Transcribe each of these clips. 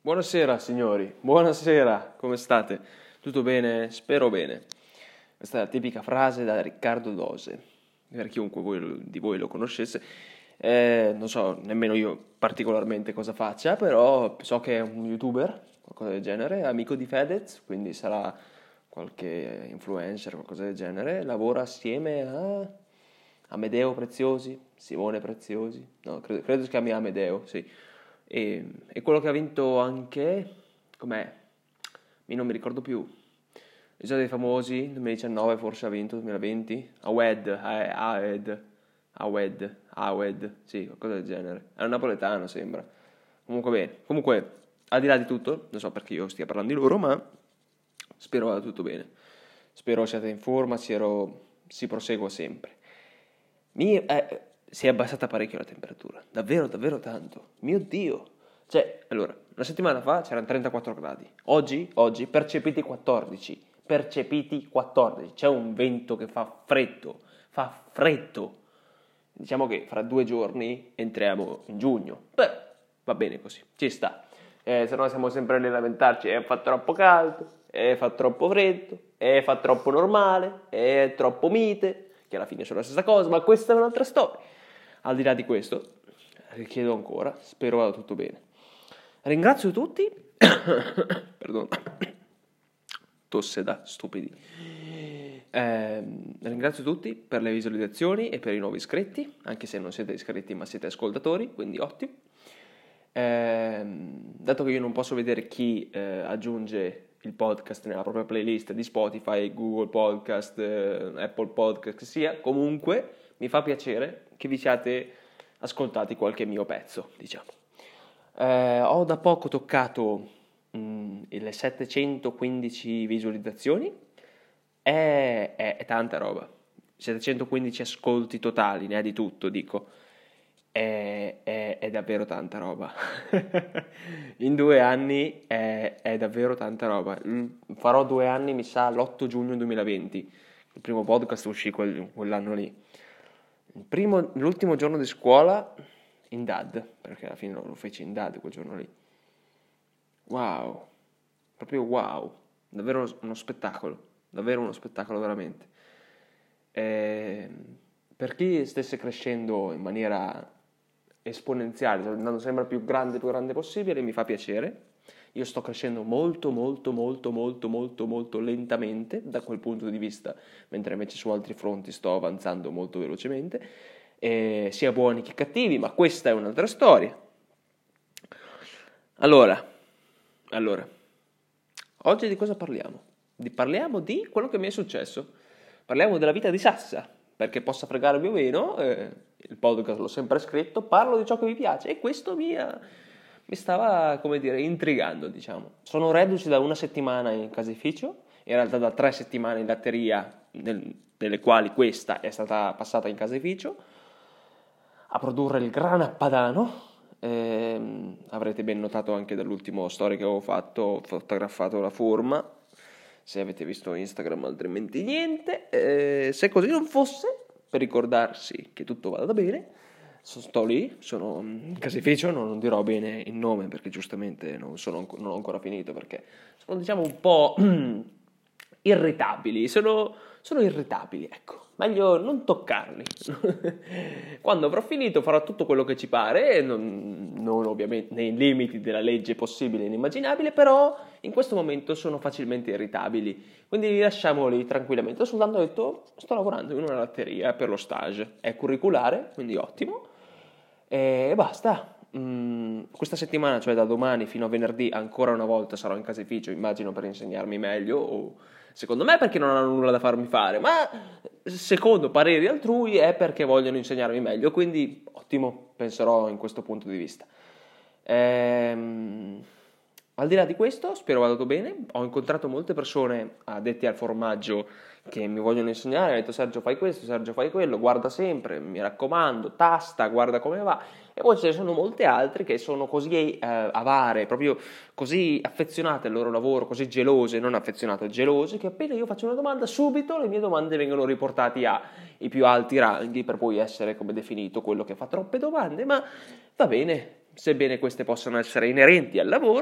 Buonasera signori, buonasera, come state? Tutto bene? Spero bene. Questa è la tipica frase da Riccardo Dose, per chiunque di voi lo conoscesse. Non so nemmeno io particolarmente cosa faccia, però so che è un youtuber, qualcosa del genere, amico di Fedez, quindi sarà qualche influencer, qualcosa del genere. Lavora assieme a Amedeo Preziosi, Simone Preziosi, no, credo si chiami Amedeo, sì. E quello che ha vinto anche, com'è? Io non mi ricordo più. L'isola dei famosi, 2019 forse ha vinto, 2020. Awed, sì, qualcosa del genere. È un napoletano, sembra. Comunque bene. Comunque, al di là di tutto, non so perché io stia parlando di loro, ma spero vada tutto bene. Spero siate in forma, si prosegua sempre. Si è abbassata parecchio la temperatura, davvero, davvero tanto. Mio Dio! Cioè, allora, una settimana fa c'erano 34 gradi. Oggi, percepiti 14. Percepiti 14. C'è un vento che fa freddo. Fa freddo. Diciamo che fra 2 giorni entriamo in giugno. Beh, va bene così, ci sta. Se no siamo sempre lì a lamentarci. Fa troppo caldo, fa troppo freddo, fa troppo normale, è troppo mite, che alla fine sono la stessa cosa, ma questa è un'altra storia. Al di là di questo, richiedo ancora, spero vada tutto bene. Ringrazio tutti, perdono, tosse da stupidi. Ringrazio tutti per le visualizzazioni e per i nuovi iscritti, anche se non siete iscritti ma siete ascoltatori, quindi ottimo. Dato che io non posso vedere chi aggiunge il podcast nella propria playlist di Spotify, Google Podcast, Apple Podcast, che sia, comunque mi fa piacere che vi siate ascoltati qualche mio pezzo, diciamo. Ho da poco toccato le 715 visualizzazioni, è tanta roba, 715 ascolti totali, ne ha di tutto, dico. È davvero tanta roba. In 2 anni è davvero tanta roba. Farò 2 anni, mi sa, l'8 giugno 2020. Il primo podcast uscì quell'anno lì. L'ultimo giorno di scuola in DAD, perché alla fine lo feci in DAD quel giorno lì. Wow, proprio wow, davvero uno spettacolo veramente. Per chi stesse crescendo in maniera esponenziale, andando sempre più grande possibile, mi fa piacere. Io sto crescendo molto lentamente da quel punto di vista, mentre invece su altri fronti sto avanzando molto velocemente, sia buoni che cattivi, ma questa è un'altra storia. Allora, oggi di cosa parliamo? Parliamo di quello che mi è successo. Parliamo della vita di Sassa, perché possa fregarvi o meno, il podcast l'ho sempre scritto, parlo di ciò che mi piace e questo mi stava, come dire, intrigando, diciamo. Sono reduce da 1 settimana in caseificio, in realtà da 3 settimane in latteria, nelle quali questa è stata passata in caseificio, a produrre il grana padano. Avrete ben notato anche dall'ultimo story che avevo fatto, ho fotografato la forma, se avete visto Instagram, altrimenti niente. Se così non fosse, per ricordarsi che tutto vada bene, sto lì, sono in caseificio, non dirò bene il nome perché giustamente non ho ancora finito, perché sono, diciamo, un po' irritabili, sono irritabili, ecco, meglio non toccarli. Quando avrò finito farò tutto quello che ci pare, non ovviamente nei limiti della legge possibile e inimmaginabile, però in questo momento sono facilmente irritabili, quindi lasciamoli tranquillamente. Ho soltanto detto, sto lavorando in una latteria per lo stage, è curriculare, quindi ottimo, e basta. Questa settimana, cioè da domani fino a venerdì, ancora una volta sarò in caseificio, immagino per insegnarmi meglio, o secondo me perché non hanno nulla da farmi fare, ma secondo pareri altrui è perché vogliono insegnarmi meglio, quindi ottimo, penserò in questo punto di vista. Al di là di questo, spero vada tutto bene. Ho incontrato molte persone addetti al formaggio che mi vogliono insegnare, hanno detto: Sergio fai questo, Sergio fai quello, guarda sempre, mi raccomando, tasta, guarda come va. E poi ce ne sono molte altre che sono così avare, proprio così affezionate al loro lavoro, così gelose, non affezionate, gelose, che appena io faccio una domanda, subito le mie domande vengono riportate ai più alti ranghi, per poi essere, come definito, quello che fa troppe domande. Ma va bene, sebbene queste possano essere inerenti al lavoro,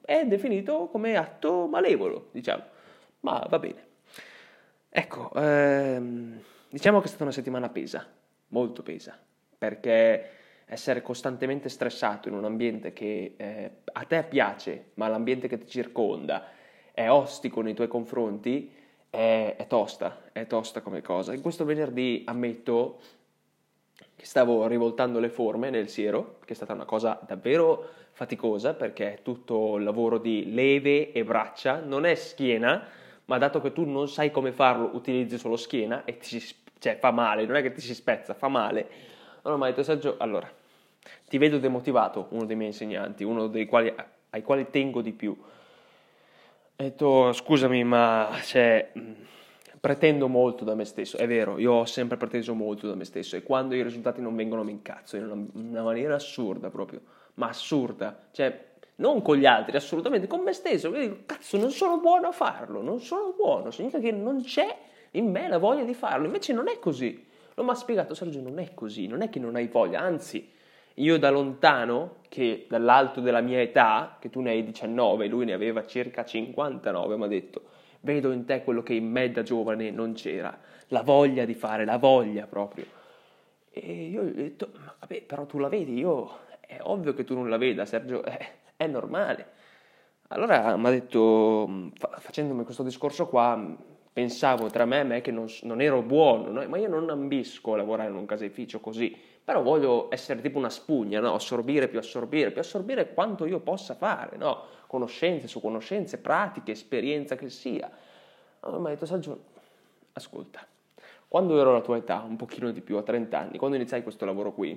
è definito come atto malevolo, diciamo, ma va bene. Ecco, diciamo che è stata una settimana pesa, molto pesa, perché essere costantemente stressato in un ambiente che a te piace, ma l'ambiente che ti circonda è ostico nei tuoi confronti, è tosta come cosa. In questo venerdì ammetto che stavo rivoltando le forme nel siero, che è stata una cosa davvero faticosa, perché è tutto il lavoro di leve e braccia, non è schiena, ma dato che tu non sai come farlo, utilizzi solo schiena e cioè fa male, non è che ti si spezza, fa male. Allora mi ha detto Sergio, allora, ti vedo demotivato, uno dei miei insegnanti, uno dei quali, ai quali tengo di più. Ho detto, scusami, ma cioè, pretendo molto da me stesso, è vero, io ho sempre preteso molto da me stesso e quando i risultati non vengono mi incazzo in una maniera assurda proprio, ma assurda, cioè non con gli altri, assolutamente, con me stesso, io dico, cazzo, non sono buono a farlo, non sono buono, significa che non c'è in me la voglia di farlo, invece non è così, lo mi ha spiegato Sergio, non è così, non è che non hai voglia, anzi, io da lontano, che dall'alto della mia età, che tu ne hai 19, lui ne aveva circa 59, mi ha detto, vedo in te quello che in me da giovane non c'era, la voglia di fare, la voglia proprio. E io gli ho detto, vabbè, però tu la vedi, io è ovvio che tu non la veda, Sergio, è normale. Allora mi ha detto, facendomi questo discorso qua, pensavo tra me e me che non ero buono, no? Ma io non ambisco a lavorare in un caseificio così, però voglio essere tipo una spugna, no? Assorbire più assorbire quanto io possa fare, no? Conoscenze su conoscenze, pratiche, esperienza che sia. Allora mi ha detto, Sergio, ascolta, quando ero alla tua età, un pochino di più, a 30 anni, quando iniziai questo lavoro qui,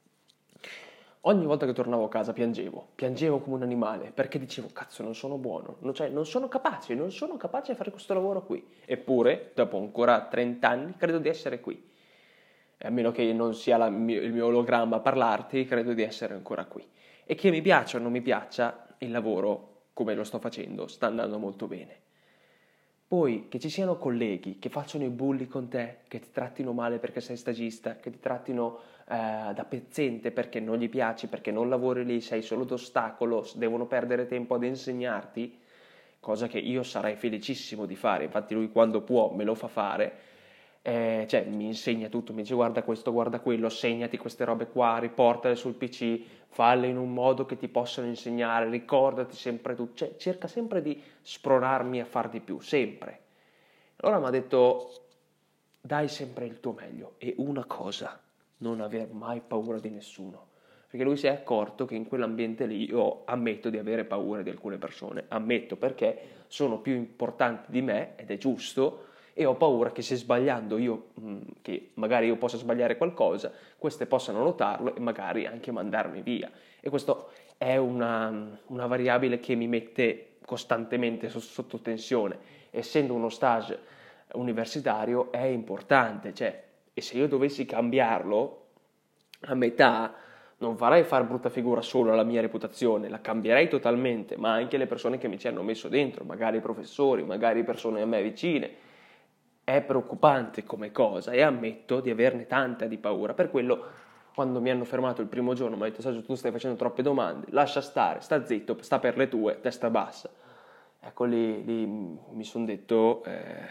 ogni volta che tornavo a casa piangevo come un animale, perché dicevo, cazzo, non sono buono, cioè non sono capace di fare questo lavoro qui. Eppure, dopo ancora 30 anni, credo di essere qui. E a meno che non sia il mio ologramma a parlarti, credo di essere ancora qui. E che mi piaccia o non mi piaccia, il lavoro, come lo sto facendo, sta andando molto bene. Poi che ci siano colleghi che facciano i bulli con te, che ti trattino male perché sei stagista, che ti trattino da pezzente perché non gli piaci, perché non lavori lì, sei solo d'ostacolo, devono perdere tempo ad insegnarti, cosa che io sarei felicissimo di fare, infatti lui quando può me lo fa fare, cioè mi insegna tutto, mi dice guarda questo, guarda quello, segnati queste robe qua, riportale sul PC, falle in un modo che ti possano insegnare, ricordati sempre tu, cioè cerca sempre di spronarmi a far di più, sempre. Allora mi ha detto dai sempre il tuo meglio e una cosa, non aver mai paura di nessuno. Perché lui si è accorto che in quell'ambiente lì io ammetto di avere paura di alcune persone, ammetto perché sono più importanti di me ed è giusto e ho paura che se sbagliando io, che magari io possa sbagliare qualcosa, queste possano notarlo e magari anche mandarmi via. E questo è una variabile che mi mette costantemente sotto tensione. Essendo uno stage universitario è importante, cioè, e se io dovessi cambiarlo a metà, non farei far brutta figura solo alla mia reputazione, la cambierei totalmente, ma anche le persone che mi ci hanno messo dentro, magari i professori, magari persone a me vicine. È preoccupante come cosa e ammetto di averne tanta di paura. Per quello, quando mi hanno fermato il primo giorno, mi ha detto Sergio, tu stai facendo troppe domande, lascia stare, sta zitto, sta per le tue, testa bassa. Ecco lì mi sono detto,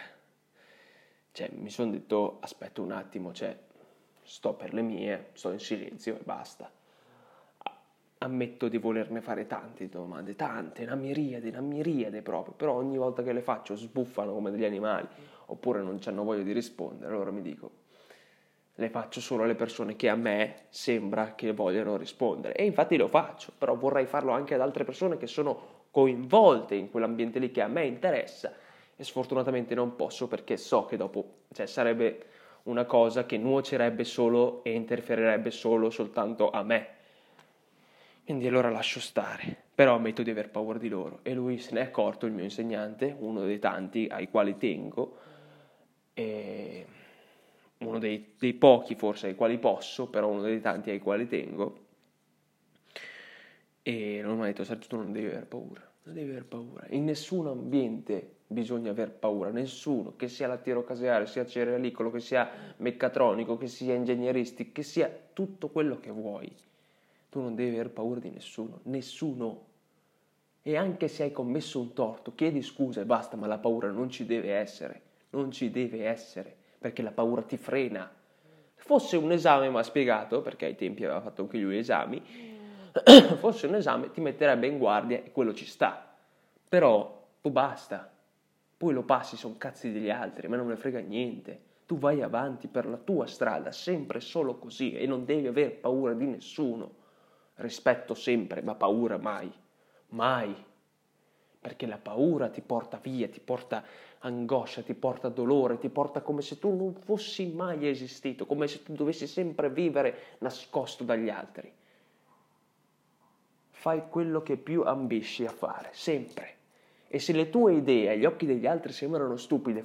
aspetta un attimo, cioè, sto per le mie, sto in silenzio e basta. Ammetto di volerne fare tante domande, tante, una miriade proprio, però ogni volta che le faccio sbuffano come degli animali, oppure non hanno voglia di rispondere, allora mi dico, le faccio solo alle persone che a me sembra che vogliano rispondere, e infatti lo faccio, però vorrei farlo anche ad altre persone che sono coinvolte in quell'ambiente lì che a me interessa, e sfortunatamente non posso perché so che dopo, cioè sarebbe una cosa che nuocerebbe solo e interferirebbe soltanto a me. Quindi allora lascio stare, però ammetto di aver paura di loro e lui se n'è accorto, il mio insegnante, uno dei tanti ai quali tengo, e uno dei pochi forse ai quali posso, però uno dei tanti ai quali tengo, e lui mi ha detto Sergio tu non devi aver paura, non devi aver paura, in nessun ambiente bisogna aver paura, nessuno, che sia lattiero caseario, sia cerealicolo, che sia meccatronico, che sia ingegneristico, che sia tutto quello che vuoi. Tu non devi aver paura di nessuno, nessuno. E anche se hai commesso un torto, chiedi scusa e basta, ma la paura non ci deve essere. Non ci deve essere, perché la paura ti frena. Se fosse un esame, mi ha spiegato, perché ai tempi aveva fatto anche lui esami, fosse un esame ti metterebbe in guardia e quello ci sta. Però, basta. Poi lo passi, sono cazzi degli altri, a me non me ne frega niente. Tu vai avanti per la tua strada, sempre e solo così, e non devi aver paura di nessuno. Rispetto sempre, ma paura mai. Mai. Perché la paura ti porta via, ti porta angoscia, ti porta dolore, ti porta come se tu non fossi mai esistito, come se tu dovessi sempre vivere nascosto dagli altri. Fai quello che più ambisci a fare, sempre. E se le tue idee agli occhi degli altri sembrano stupide,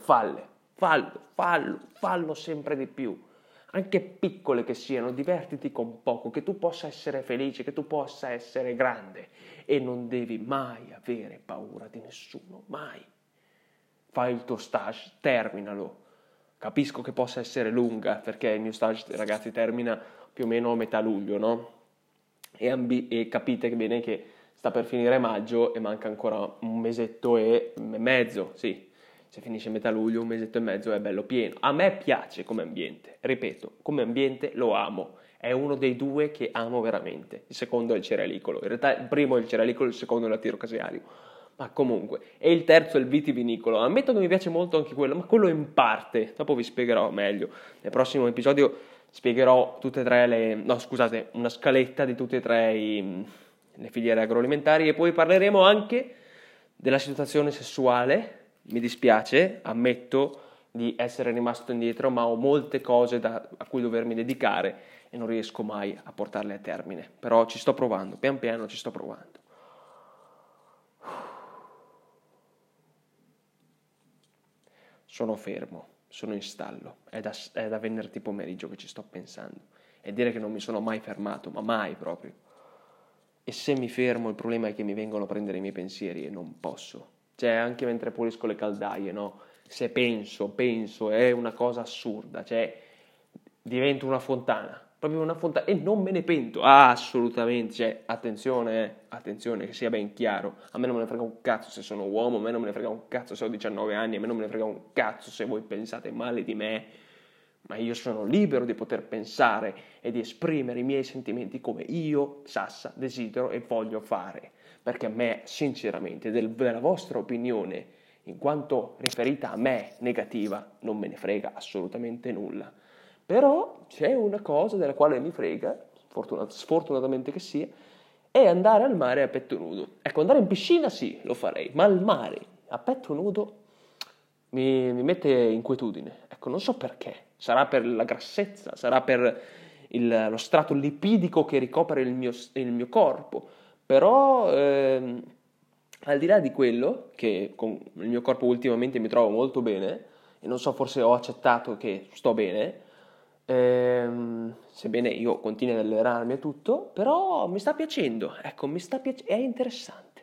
fallo sempre di più. Anche piccole che siano, divertiti con poco, che tu possa essere felice, che tu possa essere grande. E non devi mai avere paura di nessuno, mai. Fai il tuo stage, terminalo. Capisco che possa essere lunga, perché il mio stage, ragazzi, termina più o meno a metà luglio, no? E capite bene che sta per finire maggio e manca ancora un mesetto e mezzo, sì. Se finisce metà luglio, un mesetto e mezzo è bello pieno. A me piace come ambiente, ripeto, come ambiente lo amo. È uno dei due che amo veramente. Il secondo è il cerealicolo. In realtà il primo è il cerealicolo, il secondo è il lattiero caseario. Ma comunque. E il terzo è il vitivinicolo. Ammetto che mi piace molto anche quello, ma quello in parte. Dopo vi spiegherò meglio. Nel prossimo episodio spiegherò tutte e tre una scaletta di tutte e tre le filiere agroalimentari e poi parleremo anche della situazione sessuale. Mi dispiace, ammetto di essere rimasto indietro, ma ho molte cose a cui dovermi dedicare e non riesco mai a portarle a termine. Però ci sto provando, pian piano ci sto provando. Sono fermo, sono in stallo, è da venerdì pomeriggio che ci sto pensando. E dire che non mi sono mai fermato, ma mai proprio. E se mi fermo il problema è che mi vengono a prendere i miei pensieri e non posso. Cioè anche mentre pulisco le caldaie, no? Se penso, è una cosa assurda, cioè divento una fontana, proprio una fontana e non me ne pento, assolutamente, cioè attenzione, che sia ben chiaro, a me non me ne frega un cazzo se sono uomo, a me non me ne frega un cazzo se ho 19 anni, a me non me ne frega un cazzo se voi pensate male di me, ma io sono libero di poter pensare e di esprimere i miei sentimenti come io, Sassa, desidero e voglio fare, perché a me, sinceramente, della vostra opinione, in quanto riferita a me negativa, non me ne frega assolutamente nulla. Però c'è una cosa della quale mi frega, sfortunatamente che sia, è andare al mare a petto nudo. Ecco, andare in piscina sì, lo farei, ma al mare a petto nudo mi mette inquietudine. Ecco, non so perché. Sarà per la grassezza, sarà per lo strato lipidico che ricopre il mio corpo. Però, al di là di quello, che con il mio corpo ultimamente mi trovo molto bene, e non so, forse ho accettato che sto bene, sebbene io continui ad allenarmi e tutto, però mi sta piacendo, ecco, è interessante.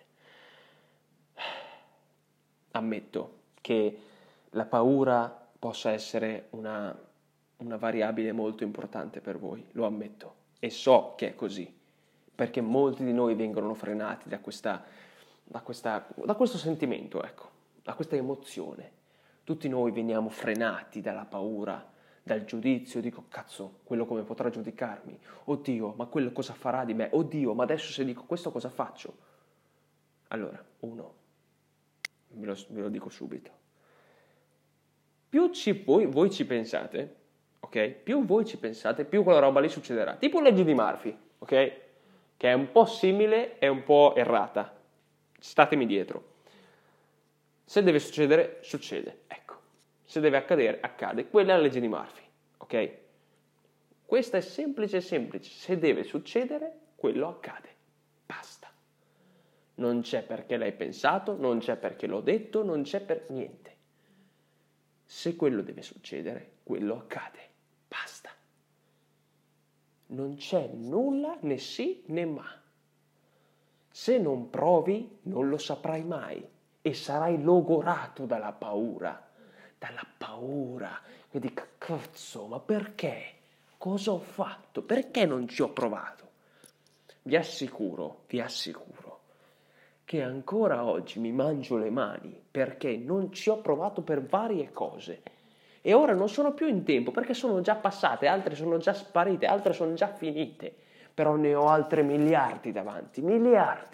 Ammetto che la paura possa essere una variabile molto importante per voi, lo ammetto, e so che è così, perché molti di noi vengono frenati da questo sentimento, ecco, da questa emozione. Tutti noi veniamo frenati dalla paura, dal giudizio, dico, cazzo, quello come potrà giudicarmi? Oddio, ma quello cosa farà di me? Oddio, ma adesso se dico questo cosa faccio? Allora, ve lo dico subito. Più voi ci pensate, ok? Più voi ci pensate, più quella roba lì succederà. Tipo legge di Murphy, ok? Che è un po' simile e un po' errata. Statemi dietro. Se deve succedere, succede. Ecco. Se deve accadere, accade. Quella è la legge di Murphy, ok? Questa è semplice. Se deve succedere, quello accade. Basta. Non c'è perché l'hai pensato, non c'è perché l'ho detto, non c'è per niente. Se quello deve succedere, quello accade. Basta. Non c'è nulla, né sì né ma. Se non provi, non lo saprai mai e sarai logorato dalla paura. Dalla paura. Quindi, cazzo, ma perché? Cosa ho fatto? Perché non ci ho provato? Vi assicuro che ancora oggi mi mangio le mani perché non ci ho provato per varie cose e ora non sono più in tempo perché sono già passate, altre sono già sparite, altre sono già finite, però ne ho altre miliardi davanti, miliardi.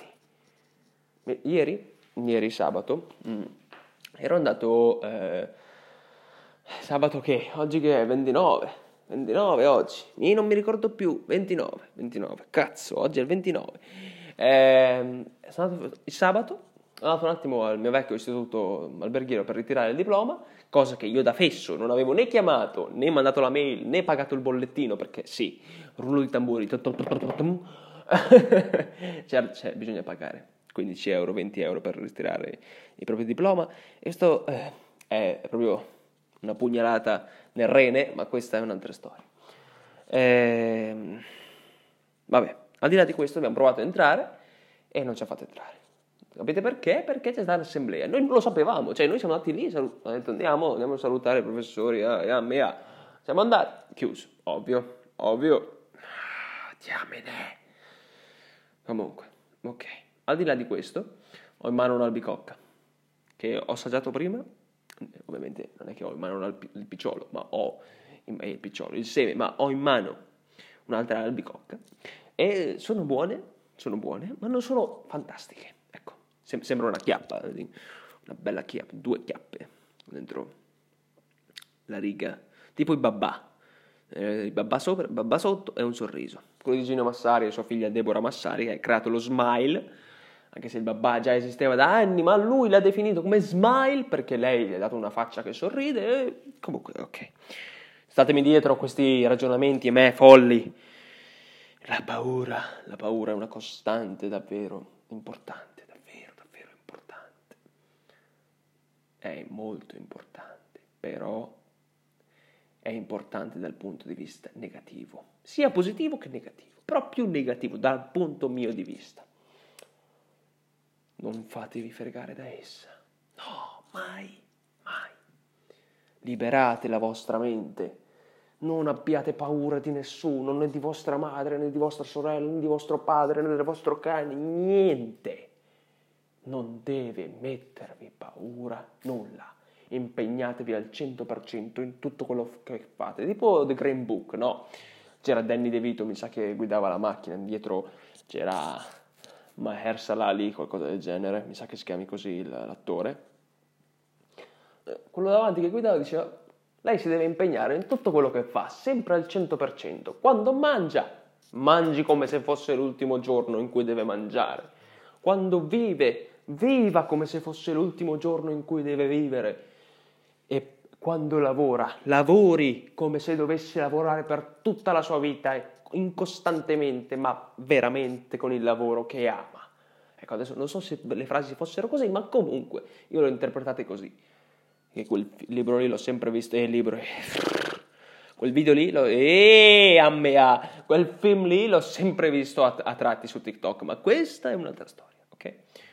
Ieri sabato, ero andato, sabato che? Oggi che è? 29 oggi, io non mi ricordo più, 29, cazzo, oggi è il 29. Sono andato il sabato, sono andato un attimo al mio vecchio istituto alberghiero per ritirare il diploma, cosa che io da fesso non avevo né chiamato, né mandato la mail, né pagato il bollettino, perché sì, rullo di tamburi, bisogna pagare 15 euro, 20 euro per ritirare il proprio diploma, e questo è proprio una pugnalata nel rene, ma questa è un'altra storia. Vabbè, al di là di questo abbiamo provato ad entrare e non ci ha fatto entrare. Capite perché? Perché c'è stata l'assemblea. Noi non lo sapevamo, cioè noi siamo andati lì, abbiamo detto andiamo a salutare i professori, siamo andati, chiuso, ovvio, diamine. Comunque, ok. Al di là di questo, ho in mano un'albicocca che ho assaggiato prima. Ovviamente non è che ho in mano il picciolo, ma ho il seme, ma ho in mano un'altra albicocca e sono buone, ma non sono fantastiche. Ecco, sembra una chiappa, una bella chiappa, 2 chiappe dentro la riga, tipo i babà. Il babà sopra, il babà sotto e un sorriso. Quello di Gino Massari e sua figlia Deborah Massari ha creato lo smile, anche se il babà già esisteva da anni, ma lui l'ha definito come smile perché lei gli ha dato una faccia che sorride e comunque ok. Statemi dietro a questi ragionamenti e me folli. La paura è una costante davvero importante, davvero importante. È molto importante, però è importante dal punto di vista negativo, sia positivo che negativo, però più negativo dal punto mio di vista. Non fatevi fregare da essa, no, mai. Liberate la vostra mente, non abbiate paura di nessuno, né di vostra madre, né di vostra sorella, né di vostro padre, né del vostro cane, niente. Non deve mettervi paura, nulla. Impegnatevi al 100% in tutto quello che fate, tipo The Green Book, no? C'era Danny DeVito, mi sa che guidava la macchina, dietro c'era Mahershala Ali, qualcosa del genere, mi sa che si chiami così l'attore. Quello davanti che guidava diceva: lei si deve impegnare in tutto quello che fa, sempre al 100%. Quando mangi come se fosse l'ultimo giorno in cui deve mangiare. Quando viva come se fosse l'ultimo giorno in cui deve vivere. E quando lavori come se dovesse lavorare per tutta la sua vita, incostantemente, ma veramente con il lavoro che ama. Ecco, adesso non so se le frasi fossero così, ma comunque io le ho interpretate così. Che quel libro lì l'ho sempre visto, quel video lì, quel film lì l'ho sempre visto a tratti su TikTok, ma questa è un'altra storia, ok?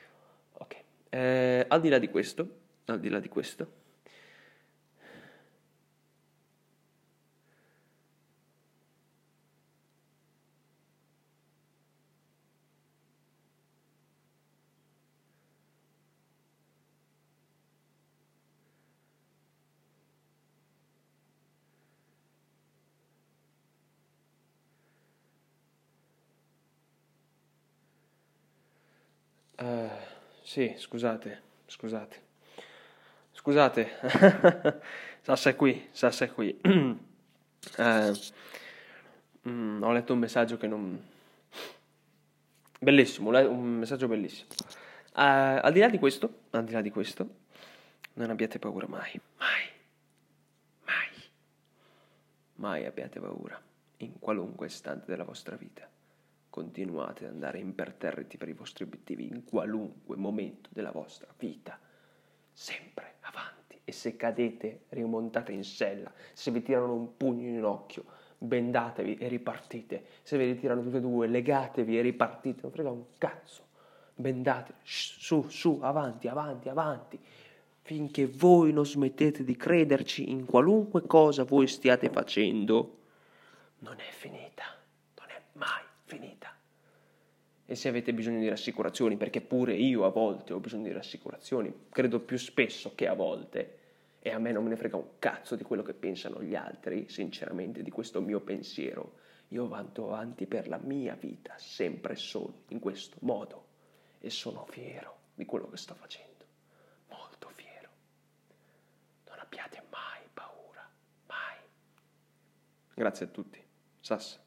Al di là di questo, sì, scusate, Sassa è qui, ho letto un messaggio che non... bellissimo, un messaggio bellissimo. Al di là di questo, non abbiate paura mai abbiate paura, in qualunque istante della vostra vita. Continuate ad andare imperterriti per i vostri obiettivi in qualunque momento della vostra vita, sempre avanti. E se cadete, rimontate in sella. Se vi tirano un pugno in occhio, bendatevi e ripartite. Se ve li tirano tutti e due, legatevi e ripartite. Non frega un cazzo. Bendatevi, su, avanti, finché voi non smettete di crederci in qualunque cosa voi stiate facendo. Non è finita, non è mai finita. E se avete bisogno di rassicurazioni, perché pure io a volte ho bisogno di rassicurazioni, credo più spesso che a volte, e a me non me ne frega un cazzo di quello che pensano gli altri, sinceramente, di questo mio pensiero, io vado avanti per la mia vita, sempre solo, in questo modo, e sono fiero di quello che sto facendo, molto fiero. Non abbiate mai paura, mai. Grazie a tutti. Sas.